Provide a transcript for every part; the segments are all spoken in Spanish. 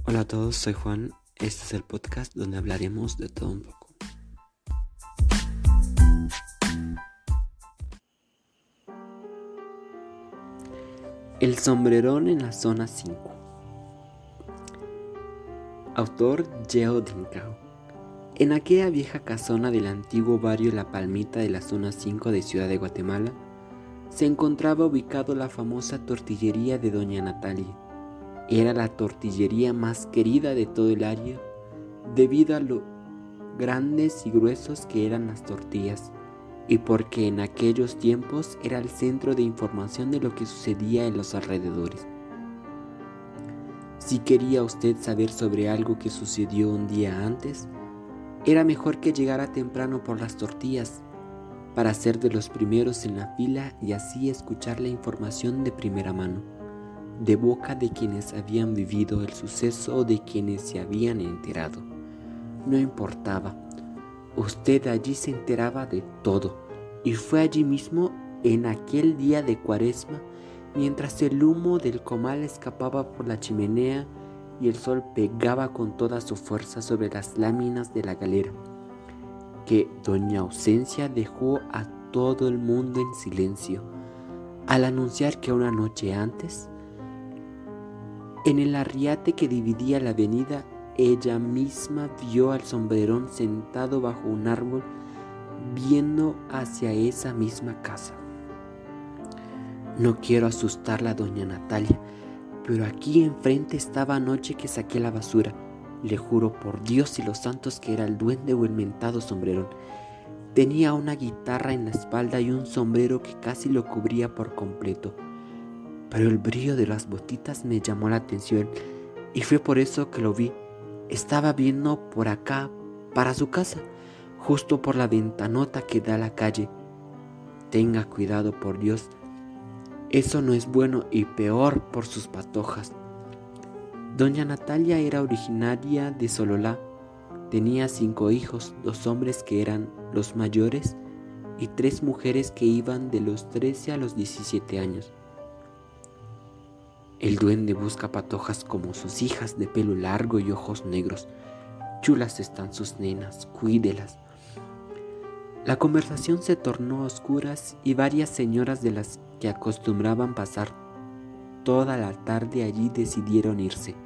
Hola a todos, soy Juan. Este es el podcast donde hablaremos de todo un poco. El sombrerón en la zona 5. Autor Geo Dincao. En aquella vieja casona del antiguo barrio La Palmita de la zona 5 de Ciudad de Guatemala, se encontraba ubicado la famosa tortillería de Doña Natalia. Era la tortillería más querida de todo el área, debido a lo grandes y gruesos que eran las tortillas, y porque en aquellos tiempos era el centro de información de lo que sucedía en los alrededores. Si quería usted saber sobre algo que sucedió un día antes, era mejor que llegara temprano por las tortillas, para ser de los primeros en la fila y así escuchar la información de primera mano, de boca de quienes habían vivido el suceso o de quienes se habían enterado. No importaba, usted allí se enteraba de todo, y fue allí mismo en aquel día de Cuaresma, mientras el humo del comal escapaba por la chimenea y el sol pegaba con toda su fuerza sobre las láminas de la galera, que doña Ausencia dejó a todo el mundo en silencio, al anunciar que una noche antes, en el arriate que dividía la avenida, ella misma vio al sombrerón sentado bajo un árbol, viendo hacia esa misma casa. No quiero asustarla a doña Natalia, pero aquí enfrente estaba anoche que saqué la basura. Le juro por Dios y los santos que era el duende o el mentado sombrerón. Tenía una guitarra en la espalda y un sombrero que casi lo cubría por completo. Pero el brillo de las botitas me llamó la atención y fue por eso que lo vi. Estaba viendo por acá, para su casa, justo por la ventanota que da a la calle. Tenga cuidado, por Dios. Eso no es bueno y peor por sus patojas. Doña Natalia era originaria de Sololá. Tenía 5 hijos, 2 hombres que eran los mayores y 3 mujeres que iban de los 13 a los 17 años. El duende busca patojas como sus hijas de pelo largo y ojos negros. Chulas están sus nenas, cuídelas. La conversación se tornó a oscuras y varias señoras de las que acostumbraban pasar toda la tarde allí decidieron irse.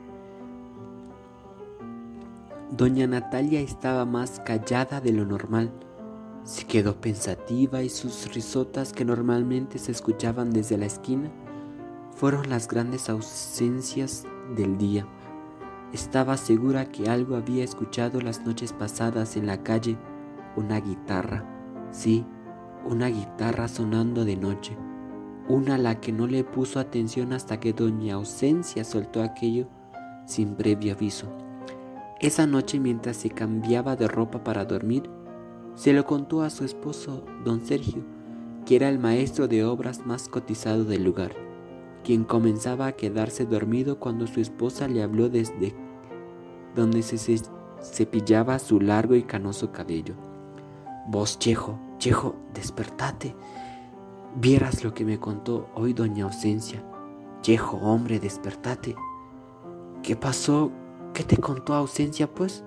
Doña Natalia estaba más callada de lo normal. Se quedó pensativa y sus risotas, que normalmente se escuchaban desde la esquina, fueron las grandes ausencias del día. Estaba segura que algo había escuchado las noches pasadas en la calle, una guitarra, sí, una guitarra sonando de noche, una a la que no le puso atención hasta que doña Ausencia soltó aquello sin previo aviso. Esa noche, mientras se cambiaba de ropa para dormir, se lo contó a su esposo, don Sergio, que era el maestro de obras más cotizado del lugar, quien comenzaba a quedarse dormido cuando su esposa le habló desde donde se cepillaba su largo y canoso cabello. Vos, Chejo, despertate. Vieras lo que me contó hoy doña Ausencia. Chejo, hombre, despertate. ¿Qué pasó? ¿Qué te contó Ausencia, pues?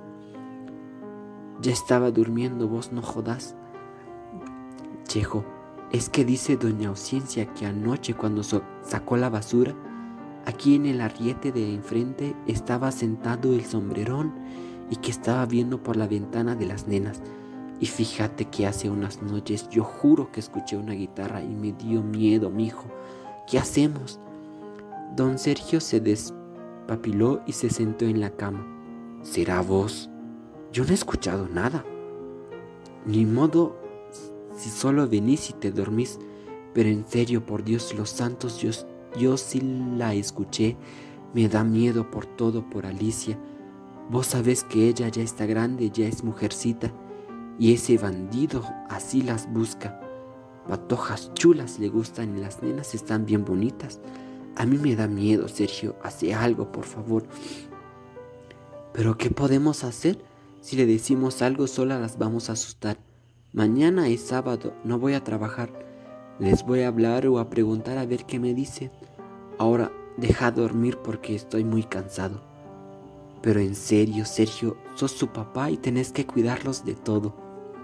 Ya estaba durmiendo, vos no jodás. Chejo, es que dice doña Ausencia que anoche cuando sacó la basura, aquí en el arriete de enfrente estaba sentado el sombrerón y que estaba viendo por la ventana de las nenas. Y fíjate que hace unas noches yo juro que escuché una guitarra y me dio miedo, mijo. ¿Qué hacemos? Don Sergio se despapiló y se sentó en la cama. ¿Será vos? Yo no he escuchado nada. Ni modo si solo venís y te dormís. Pero en serio, por Dios y los santos, yo sí la escuché. Me da miedo por todo, por Alicia. Vos sabés que ella ya está grande, ya es mujercita. Y ese bandido así las busca. Patojas chulas le gustan y las nenas están bien bonitas. A mí me da miedo, Sergio. Hace algo, por favor. ¿Pero qué podemos hacer? Si le decimos algo, sola las vamos a asustar. Mañana es sábado, no voy a trabajar. Les voy a hablar o a preguntar a ver qué me dicen. Ahora, deja dormir porque estoy muy cansado. Pero en serio, Sergio, sos su papá y tenés que cuidarlos de todo.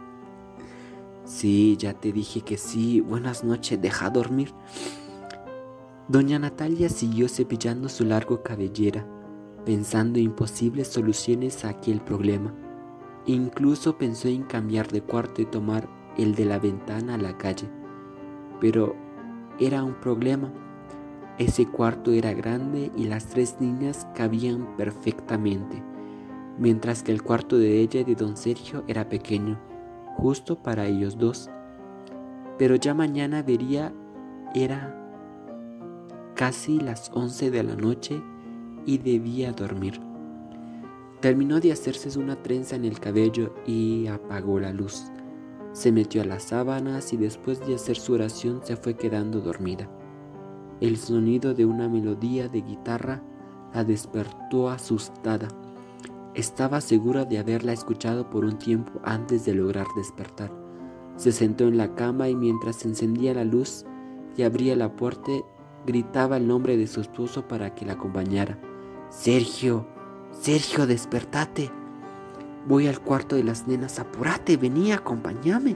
Sí, ya te dije que sí. Buenas noches, deja dormir. Doña Natalia siguió cepillando su largo cabellera, pensando en posibles soluciones a aquel problema. Incluso pensó en cambiar de cuarto y tomar el de la ventana a la calle. Pero era un problema. Ese cuarto era grande y las 3 niñas cabían perfectamente, mientras que el cuarto de ella y de don Sergio era pequeño, justo para ellos dos. Pero ya mañana era casi las 11 de la noche y debía dormir. Terminó de hacerse una trenza en el cabello y apagó la luz. Se metió a las sábanas y después de hacer su oración se fue quedando dormida. El sonido de una melodía de guitarra la despertó asustada. Estaba segura de haberla escuchado por un tiempo antes de lograr despertar. Se sentó en la cama y mientras encendía la luz y abría la puerta, gritaba el nombre de su esposo para que la acompañara. Sergio, Sergio, despertate. Voy al cuarto de las nenas, apúrate, vení, acompáñame.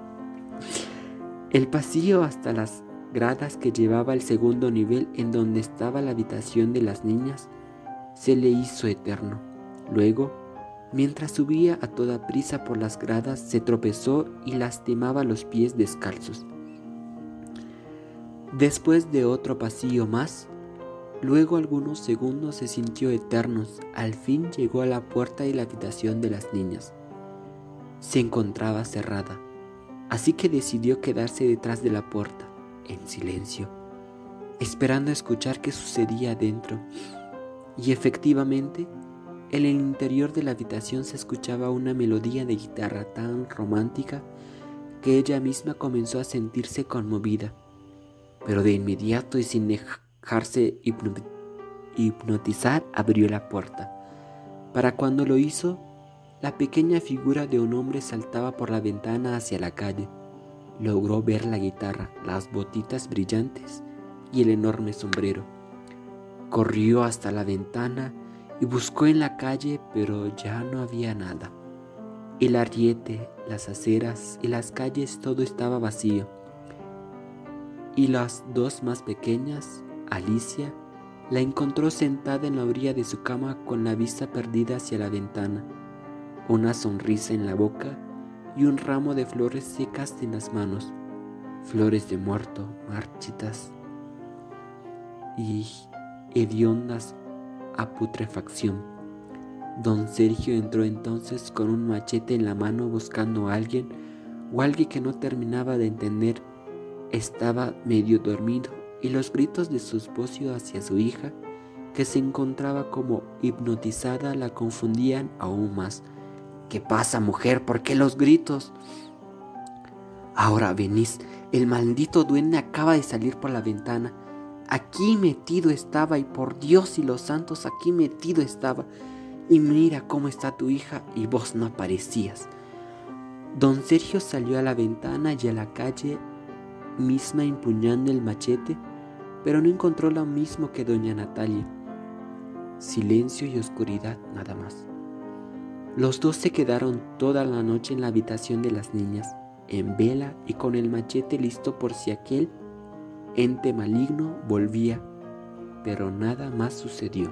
El pasillo hasta las gradas que llevaba al segundo nivel en donde estaba la habitación de las niñas se le hizo eterno. Luego, mientras subía a toda prisa por las gradas, se tropezó y lastimaba los pies descalzos. Después de otro pasillo más, luego algunos segundos se sintió eternos. Al fin llegó a la puerta de la habitación de las niñas. Se encontraba cerrada, así que decidió quedarse detrás de la puerta, en silencio, esperando a escuchar qué sucedía adentro. Y efectivamente, en el interior de la habitación se escuchaba una melodía de guitarra tan romántica que ella misma comenzó a sentirse conmovida. Pero de inmediato y sin dejarse hipnotizar, abrió la puerta. Para cuando lo hizo, la pequeña figura de un hombre saltaba por la ventana hacia la calle. Logró ver la guitarra, las botitas brillantes y el enorme sombrero. Corrió hasta la ventana y buscó en la calle, pero ya no había nada. El ariete, las aceras y las calles, todo estaba vacío. Y las 2 más pequeñas, Alicia, la encontró sentada en la orilla de su cama con la vista perdida hacia la ventana, una sonrisa en la boca y un ramo de flores secas en las manos, flores de muerto, marchitas y hediondas a putrefacción. Don Sergio entró entonces con un machete en la mano buscando a alguien o alguien que no terminaba de entender. Estaba medio dormido y los gritos de su esposo hacia su hija, que se encontraba como hipnotizada, la confundían aún más. ¿Qué pasa, mujer? ¿Por qué los gritos? Ahora venís, el maldito duende acaba de salir por la ventana. Aquí metido estaba, y por Dios y los santos, aquí metido estaba. Y mira cómo está tu hija y vos no aparecías. Don Sergio salió a la ventana y a la calle misma empuñando el machete, pero no encontró lo mismo que doña Natalia. Silencio y oscuridad, nada más. Los dos se quedaron toda la noche en la habitación de las niñas, en vela y con el machete listo por si aquel ente maligno volvía, pero nada más sucedió.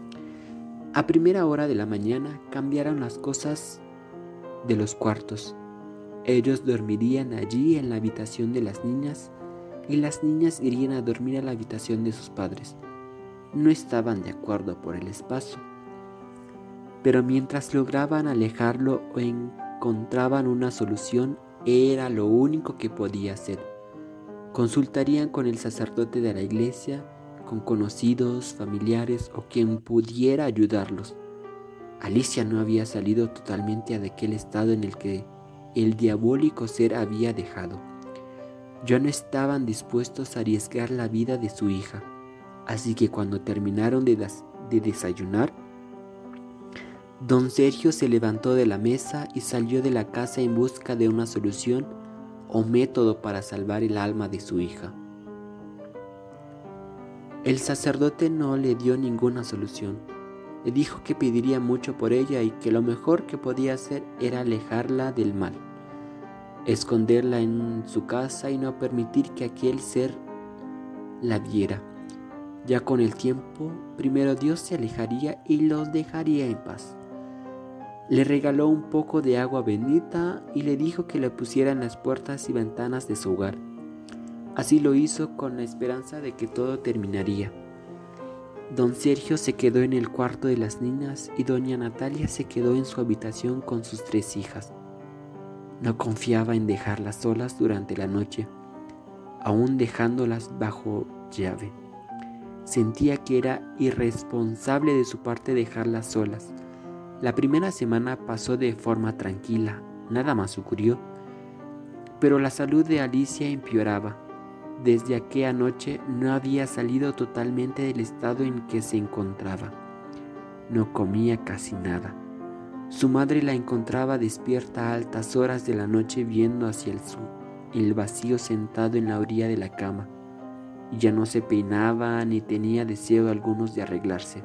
A primera hora de la mañana cambiaron las cosas de los cuartos. Ellos dormirían allí en la habitación de las niñas y las niñas irían a dormir a la habitación de sus padres. No estaban de acuerdo por el espacio, pero mientras lograban alejarlo o encontraban una solución, era lo único que podía hacer. Consultarían con el sacerdote de la iglesia, con conocidos, familiares o quien pudiera ayudarlos. Alicia no había salido totalmente de aquel estado en el que el diabólico ser había dejado. Ya no estaban dispuestos a arriesgar la vida de su hija, así que cuando terminaron de desayunar, don Sergio se levantó de la mesa y salió de la casa en busca de una solución o método para salvar el alma de su hija. El sacerdote no le dio ninguna solución. Le dijo que pediría mucho por ella y que lo mejor que podía hacer era alejarla del mal, esconderla en su casa y no permitir que aquel ser la viera. Ya con el tiempo, primero Dios se alejaría y los dejaría en paz. Le regaló un poco de agua bendita y le dijo que le pusiera en las puertas y ventanas de su hogar. Así lo hizo con la esperanza de que todo terminaría. Don Sergio se quedó en el cuarto de las niñas y doña Natalia se quedó en su habitación con sus 3 hijas. No confiaba en dejarlas solas durante la noche, aún dejándolas bajo llave. Sentía que era irresponsable de su parte dejarlas solas. La primera semana pasó de forma tranquila, nada más ocurrió, pero la salud de Alicia empeoraba. Desde aquella noche no había salido totalmente del estado en que se encontraba. No comía casi nada. Su madre la encontraba despierta a altas horas de la noche viendo hacia el vacío sentado en la orilla de la cama. Y ya no se peinaba ni tenía deseo alguno de arreglarse.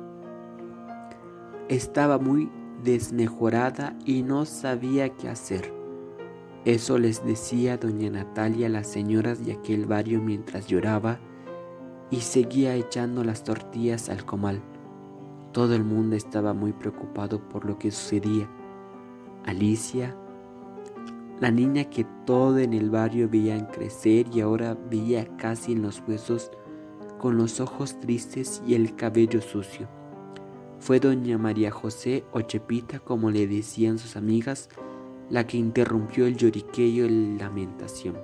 Estaba muy desmejorada y no sabía qué hacer. Eso les decía doña Natalia a las señoras de aquel barrio mientras lloraba y seguía echando las tortillas al comal. Todo el mundo estaba muy preocupado por lo que sucedía. Alicia, la niña que todo en el barrio veían crecer y ahora veía casi en los huesos, con los ojos tristes y el cabello sucio. Fue doña María José o Chepita, como le decían sus amigas, la que interrumpió el lloriqueo y la lamentación.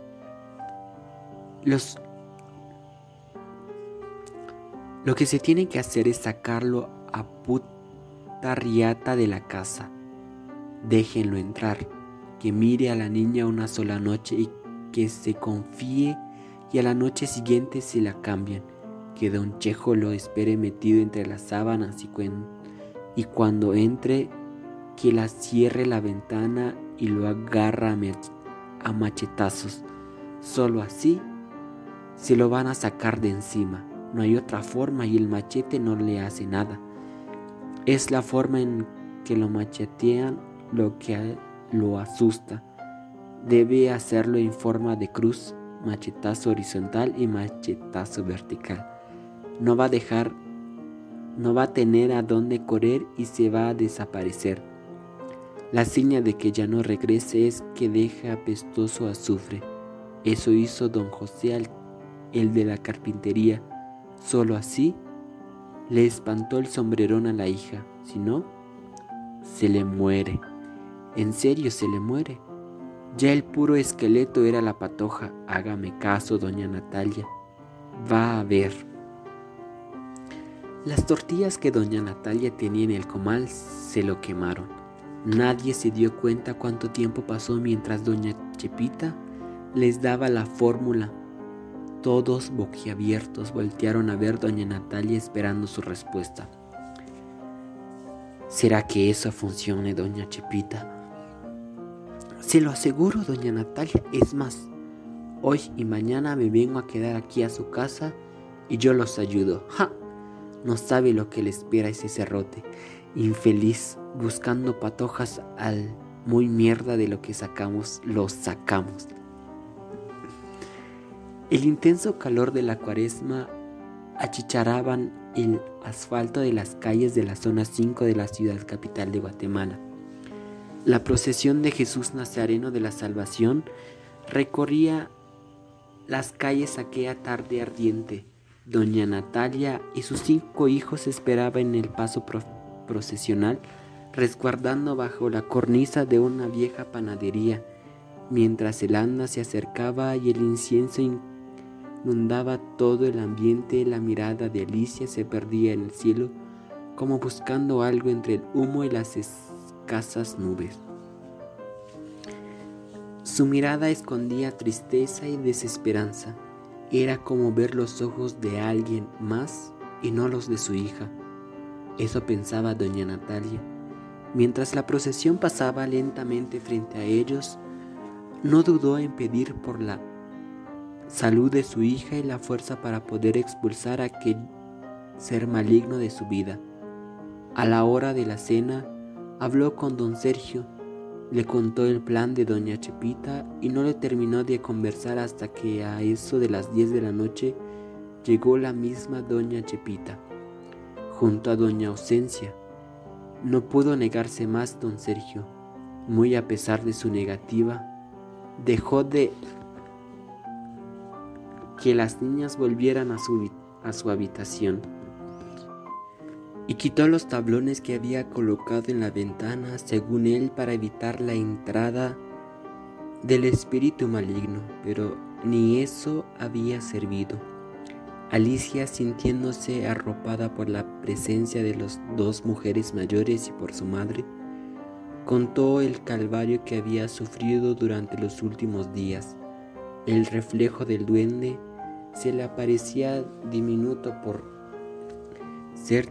Lo que se tiene que hacer es sacarlo a puta riata de la casa. Déjenlo entrar, que mire a la niña una sola noche y que se confíe, y a la noche siguiente se la cambian, que don Chejo lo espere metido entre las sábanas y cuando entre, que la cierre la ventana y lo agarra a machetazos. Solo así se lo van a sacar de encima. No hay otra forma y el machete no le hace nada. Es la forma en que lo machetean lo que lo asusta. Debe hacerlo en forma de cruz, machetazo horizontal y machetazo vertical. No va a tener a dónde correr y se va a desaparecer. La seña de que ya no regrese es que deje apestoso azufre. Eso hizo don José, el de la carpintería. Solo así le espantó el sombrerón a la hija. Si no, se le muere. En serio, se le muere. Ya el puro esqueleto era la patoja. Hágame caso, doña Natalia. Va a ver. Las tortillas que doña Natalia tenía en el comal se lo quemaron. Nadie se dio cuenta cuánto tiempo pasó mientras doña Chepita les daba la fórmula. Todos boquiabiertos voltearon a ver doña Natalia esperando su respuesta. ¿Será que eso funcione, doña Chepita? Se lo aseguro, doña Natalia. Es más, hoy y mañana me vengo a quedar aquí a su casa y yo los ayudo. ¡Ja! No sabe lo que le espera ese cerrote infeliz, buscando patojas al muy mierda de lo que sacamos, los sacamos. El intenso calor de la cuaresma achicharaban el asfalto de las calles de la zona 5 de la ciudad capital de Guatemala. La procesión de Jesús Nazareno de la Salvación recorría las calles aquella tarde ardiente. Doña Natalia y sus 5 hijos esperaban en el paso procesional, resguardando bajo la cornisa de una vieja panadería, mientras el anda se acercaba y el incienso inundaba todo el ambiente. La mirada de Alicia se perdía en el cielo, como buscando algo entre el humo y las escasas nubes. Su mirada escondía tristeza y desesperanza. Era como ver los ojos de alguien más y no los de su hija. Eso pensaba doña Natalia. Mientras la procesión pasaba lentamente frente a ellos, no dudó en pedir por la salud de su hija y la fuerza para poder expulsar a aquel ser maligno de su vida. A la hora de la cena, habló con don Sergio, le contó el plan de doña Chepita y no le terminó de conversar hasta que a eso de las 10 de la noche llegó la misma doña Chepita, junto a doña Ausencia. No pudo negarse más don Sergio. Muy a pesar de su negativa, dejó de que las niñas volvieran a su habitación y quitó los tablones que había colocado en la ventana, según él, para evitar la entrada del espíritu maligno, pero ni eso había servido. Alicia, sintiéndose arropada por la presencia de las dos mujeres mayores y por su madre, contó el calvario que había sufrido durante los últimos días. El reflejo del duende se le aparecía diminuto por ser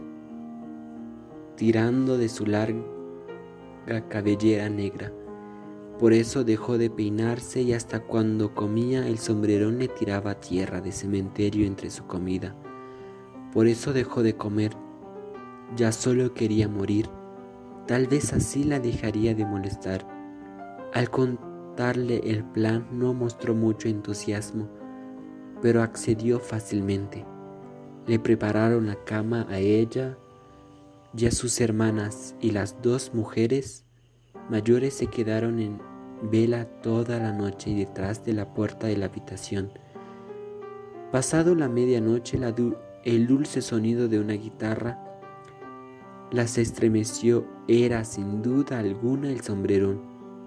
tirando de su larga cabellera negra. Por eso dejó de peinarse y hasta cuando comía el sombrerón le tiraba tierra de cementerio entre su comida. Por eso dejó de comer. Ya solo quería morir. Tal vez así la dejaría de molestar. Al contarle el plan no mostró mucho entusiasmo, pero accedió fácilmente. Le prepararon la cama a ella y a sus hermanas, y las dos mujeres mayores se quedaron en vela toda la noche detrás de la puerta de la habitación. Pasado la medianoche, el dulce sonido de una guitarra las estremeció. Era sin duda alguna el sombrerón.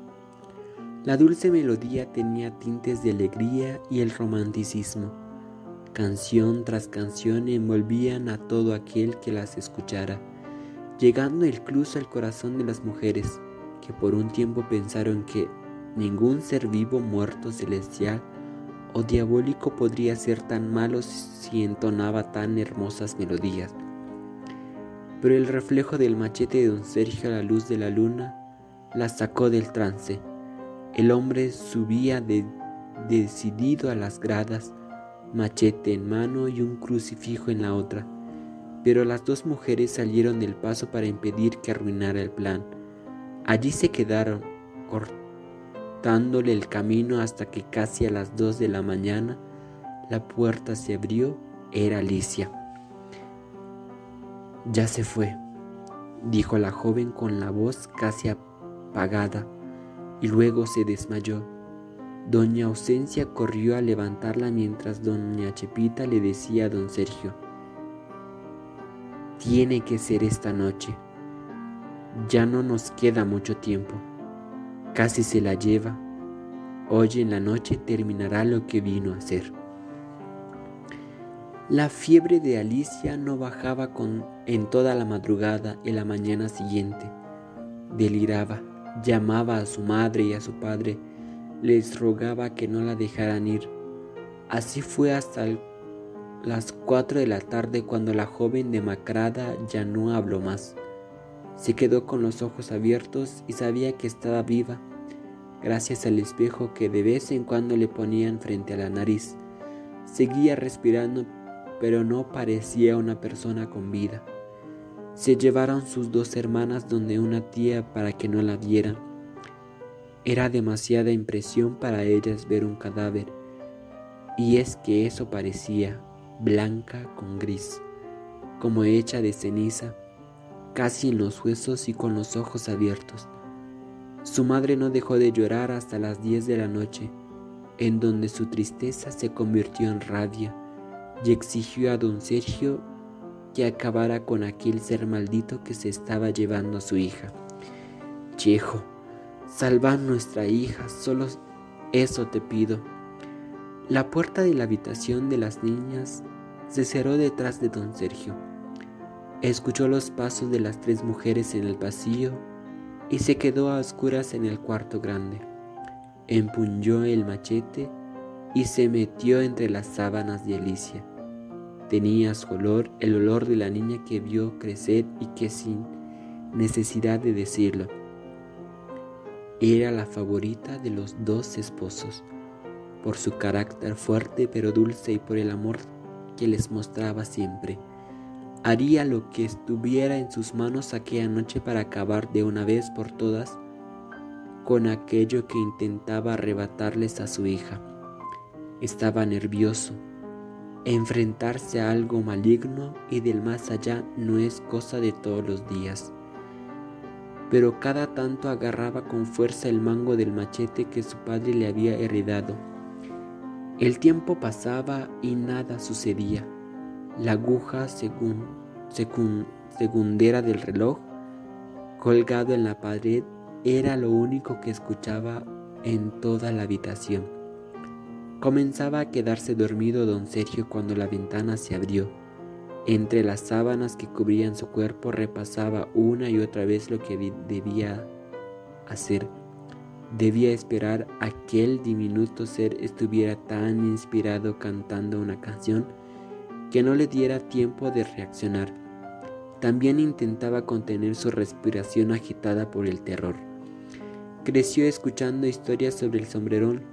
La dulce melodía tenía tintes de alegría y el romanticismo. Canción tras canción envolvían a todo aquel que las escuchara, llegando incluso al corazón de las mujeres, que por un tiempo pensaron que ningún ser vivo, muerto, celestial o diabólico podría ser tan malo si entonaba tan hermosas melodías. Pero el reflejo del machete de don Sergio a la luz de la luna las sacó del trance. El hombre subía decidido a las gradas, machete en mano y un crucifijo en la otra, pero las dos mujeres salieron del paso para impedir que arruinara el plan. Allí se quedaron, cortándole el camino hasta que casi a las 2 de la mañana la puerta se abrió. Era Alicia. «Ya se fue», dijo la joven con la voz casi apagada, y luego se desmayó. Doña Ausencia corrió a levantarla mientras doña Chepita le decía a don Sergio: «Tiene que ser esta noche. Ya no nos queda mucho tiempo. Casi se la lleva. Hoy en la noche terminará lo que vino a hacer». La fiebre de Alicia no bajaba en toda la madrugada y la mañana siguiente. Deliraba, llamaba a su madre y a su padre, les rogaba que no la dejaran ir. Así fue hasta las 4 de la tarde, cuando la joven demacrada ya no habló más. Se quedó con los ojos abiertos y sabía que estaba viva, gracias al espejo que de vez en cuando le ponían frente a la nariz. Seguía respirando, pero no parecía una persona con vida. Se llevaron sus dos hermanas donde una tía para que no la viera. Era demasiada impresión para ellas ver un cadáver, y es que eso parecía, blanca con gris, como hecha de ceniza, casi en los huesos y con los ojos abiertos. Su madre no dejó de llorar hasta las 10 de la noche, en donde su tristeza se convirtió en rabia, y exigió a don Sergio que acabara con aquel ser maldito que se estaba llevando a su hija. «Viejo, salva a nuestra hija, solo eso te pido». La puerta de la habitación de las niñas se cerró detrás de don Sergio. Escuchó los pasos de las 3 mujeres en el pasillo y se quedó a oscuras en el cuarto grande. Empuñó el machete y se metió entre las sábanas de Alicia. Tenía su olor, el olor de la niña que vio crecer y que, sin necesidad de decirlo, era la favorita de los 2 esposos, por su carácter fuerte pero dulce y por el amor que les mostraba siempre. Haría lo que estuviera en sus manos aquella noche para acabar de una vez por todas con aquello que intentaba arrebatarles a su hija. Estaba nervioso. Enfrentarse a algo maligno y del más allá no es cosa de todos los días. Pero cada tanto agarraba con fuerza el mango del machete que su padre le había heredado. El tiempo pasaba y nada sucedía. La aguja segundera del reloj, colgado en la pared, era lo único que escuchaba en toda la habitación. Comenzaba a quedarse dormido don Sergio cuando la ventana se abrió. Entre las sábanas que cubrían su cuerpo repasaba una y otra vez lo que debía hacer. Debía esperar a que el diminuto ser estuviera tan inspirado cantando una canción que no le diera tiempo de reaccionar. También intentaba contener su respiración agitada por el terror. Creció escuchando historias sobre el sombrerón.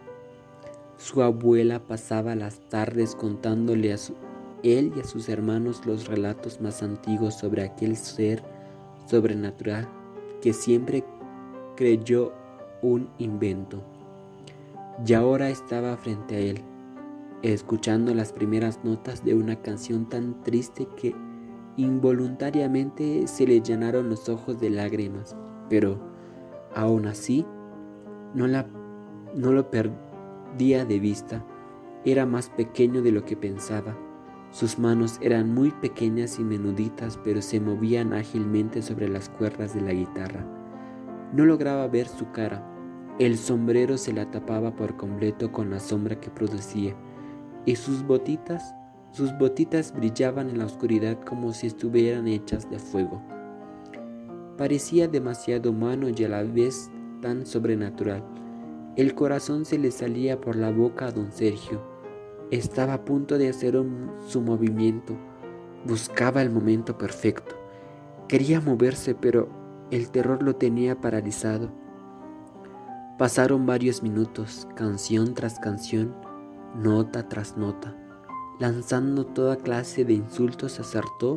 Su abuela pasaba las tardes contándole a él y a sus hermanos los relatos más antiguos sobre aquel ser sobrenatural que siempre creyó un invento. Y ahora estaba frente a él, escuchando las primeras notas de una canción tan triste que involuntariamente se le llenaron los ojos de lágrimas, pero aún así no lo perdía de vista. Era más pequeño de lo que pensaba. Sus manos eran muy pequeñas y menuditas, pero se movían ágilmente sobre las cuerdas de la guitarra. No lograba ver su cara. El sombrero se la tapaba por completo con la sombra que producía, y sus botitas brillaban en la oscuridad como si estuvieran hechas de fuego. Parecía demasiado humano y a la vez tan sobrenatural. El corazón se le salía por la boca a don Sergio. Estaba a punto de hacer su movimiento. Buscaba el momento perfecto. Quería moverse, pero el terror lo tenía paralizado. Pasaron varios minutos, canción tras canción, nota tras nota. Lanzando toda clase de insultos, acertó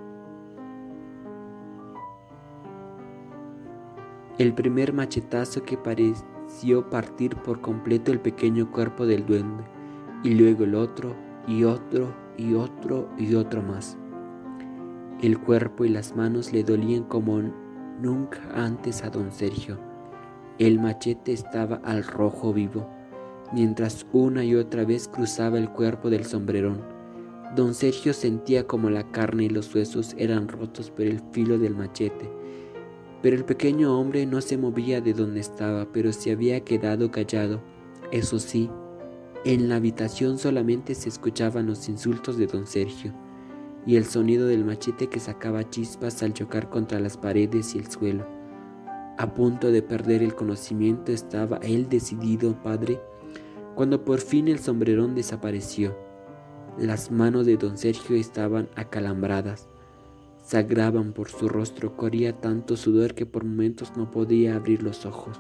el primer machetazo que pareció partir por completo el pequeño cuerpo del duende, y luego el otro, y otro, y otro, y otro más. El cuerpo y las manos le dolían como nunca antes a don Sergio. El machete estaba al rojo vivo, mientras una y otra vez cruzaba el cuerpo del sombrerón. Don Sergio sentía como la carne y los huesos eran rotos por el filo del machete. Pero el pequeño hombre no se movía de donde estaba, pero se había quedado callado. Eso sí, en la habitación solamente se escuchaban los insultos de don Sergio y el sonido del machete que sacaba chispas al chocar contra las paredes y el suelo. A punto de perder el conocimiento estaba el decidido padre cuando por fin el sombrerón desapareció. Las manos de don Sergio estaban acalambradas. Sangraban por su rostro, corría tanto sudor que por momentos no podía abrir los ojos.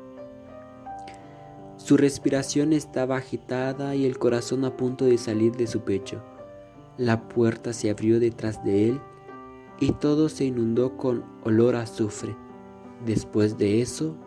Su respiración estaba agitada y el corazón a punto de salir de su pecho. La puerta se abrió detrás de él y todo se inundó con olor a azufre. Después de eso,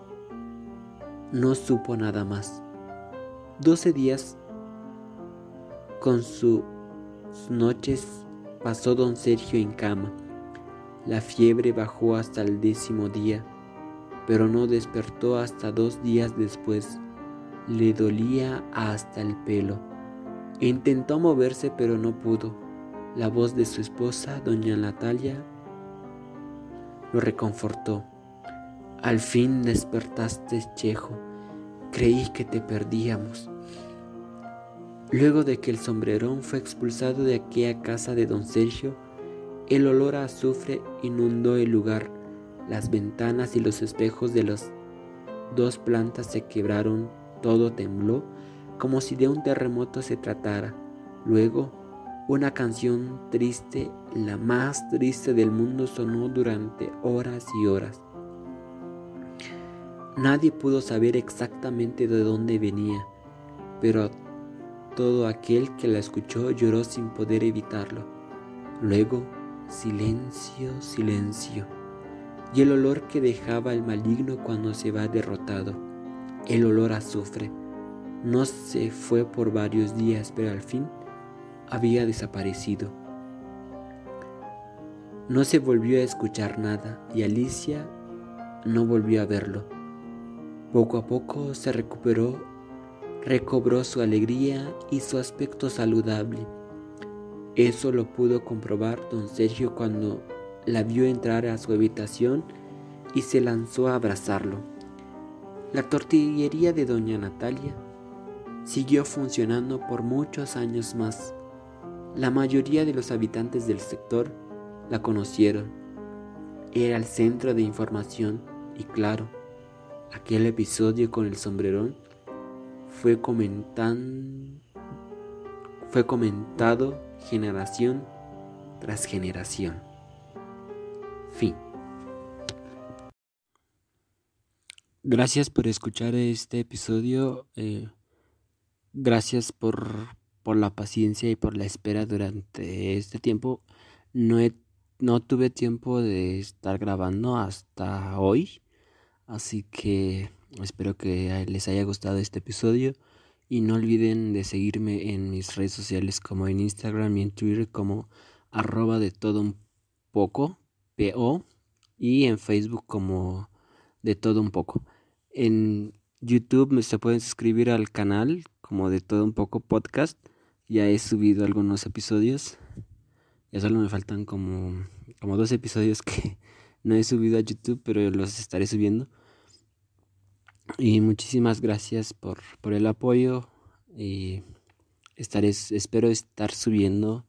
no supo nada más. 12 días con sus noches pasó don Sergio en cama. La fiebre bajó hasta el 10º día, pero no despertó hasta 2 días después. Le dolía hasta el pelo. Intentó moverse, pero no pudo. La voz de su esposa, doña Natalia, lo reconfortó. Al fin despertaste, Chejo. Creí que te perdíamos. Luego de que el sombrerón fue expulsado de aquella casa de don Sergio, el olor a azufre inundó el lugar. Las ventanas y los espejos de las 2 plantas se quebraron, todo tembló, como si de un terremoto se tratara. Luego, una canción triste, la más triste del mundo, sonó durante horas y horas. Nadie pudo saber exactamente de dónde venía, pero todo aquel que la escuchó lloró sin poder evitarlo. Luego, silencio, silencio, y el olor que dejaba el maligno cuando se va derrotado, el olor a azufre. No se fue por varios días, pero al fin había desaparecido. No se volvió a escuchar nada y Alicia no volvió a verlo. Poco a poco se recobró su alegría y su aspecto saludable. Eso lo pudo comprobar don Sergio cuando la vio entrar a su habitación y se lanzó a abrazarlo. La tortillería de doña Natalia siguió funcionando por muchos años más. La mayoría de los habitantes del sector la conocieron. Era el centro de información y claro, aquel episodio con el sombrerón fue comentado generación tras generación. Fin. Gracias por escuchar este episodio. Gracias por la paciencia y por la espera durante este tiempo. No tuve tiempo de estar grabando hasta hoy, así que espero que les haya gustado este episodio y no olviden de seguirme en mis redes sociales como en Instagram y en Twitter como @de todo un poco, PO, y en Facebook como de todo un poco. En YouTube se pueden suscribir al canal como de todo un poco podcast. Ya he subido algunos episodios. Ya solo me faltan como 2 episodios que no he subido a YouTube, pero los estaré subiendo. Y muchísimas gracias por el apoyo. Y espero estar subiendo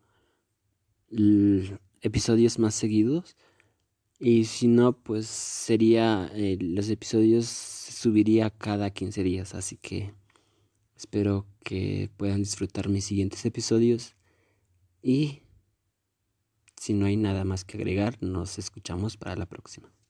episodios más seguidos. Y si no, pues sería los episodios se subiría cada 15 días. Así que espero que puedan disfrutar mis siguientes episodios. Y si no hay nada más que agregar, nos escuchamos para la próxima.